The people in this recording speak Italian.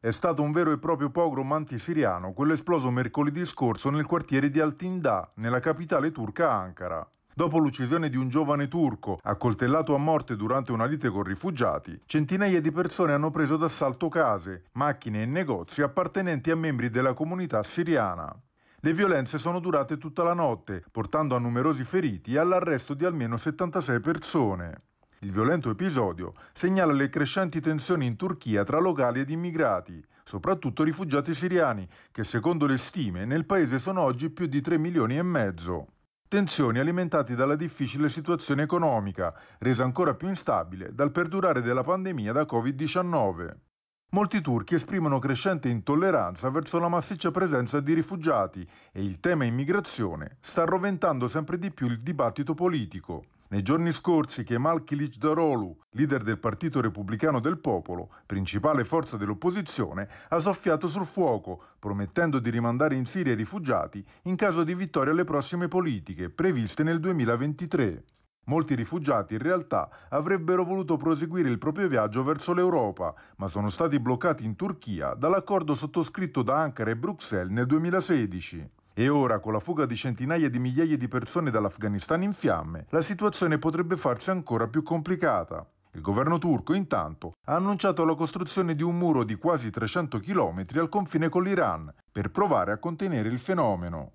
È stato un vero e proprio pogrom antisiriano quello esploso mercoledì scorso nel quartiere di Altindà, nella capitale turca Ankara. Dopo l'uccisione di un giovane turco accoltellato a morte durante una lite con rifugiati, centinaia di persone hanno preso d'assalto case, macchine e negozi appartenenti a membri della comunità siriana. Le violenze sono durate tutta la notte, portando a numerosi feriti e all'arresto di almeno 76 persone. Il violento episodio segnala le crescenti tensioni in Turchia tra locali ed immigrati, soprattutto rifugiati siriani, che secondo le stime nel paese sono oggi più di 3 milioni e mezzo. Tensioni alimentate dalla difficile situazione economica, resa ancora più instabile dal perdurare della pandemia da Covid-19. Molti turchi esprimono crescente intolleranza verso la massiccia presenza di rifugiati e il tema immigrazione sta roventando sempre di più il dibattito politico. Nei giorni scorsi Kemal Kılıçdaroğlu, leader del Partito Repubblicano del Popolo, principale forza dell'opposizione, ha soffiato sul fuoco, promettendo di rimandare in Siria i rifugiati in caso di vittoria alle prossime politiche, previste nel 2023. Molti rifugiati in realtà avrebbero voluto proseguire il proprio viaggio verso l'Europa, ma sono stati bloccati in Turchia dall'accordo sottoscritto da Ankara e Bruxelles nel 2016. E ora, con la fuga di centinaia di migliaia di persone dall'Afghanistan in fiamme, la situazione potrebbe farsi ancora più complicata. Il governo turco, intanto, ha annunciato la costruzione di un muro di quasi 300 km al confine con l'Iran, per provare a contenere il fenomeno.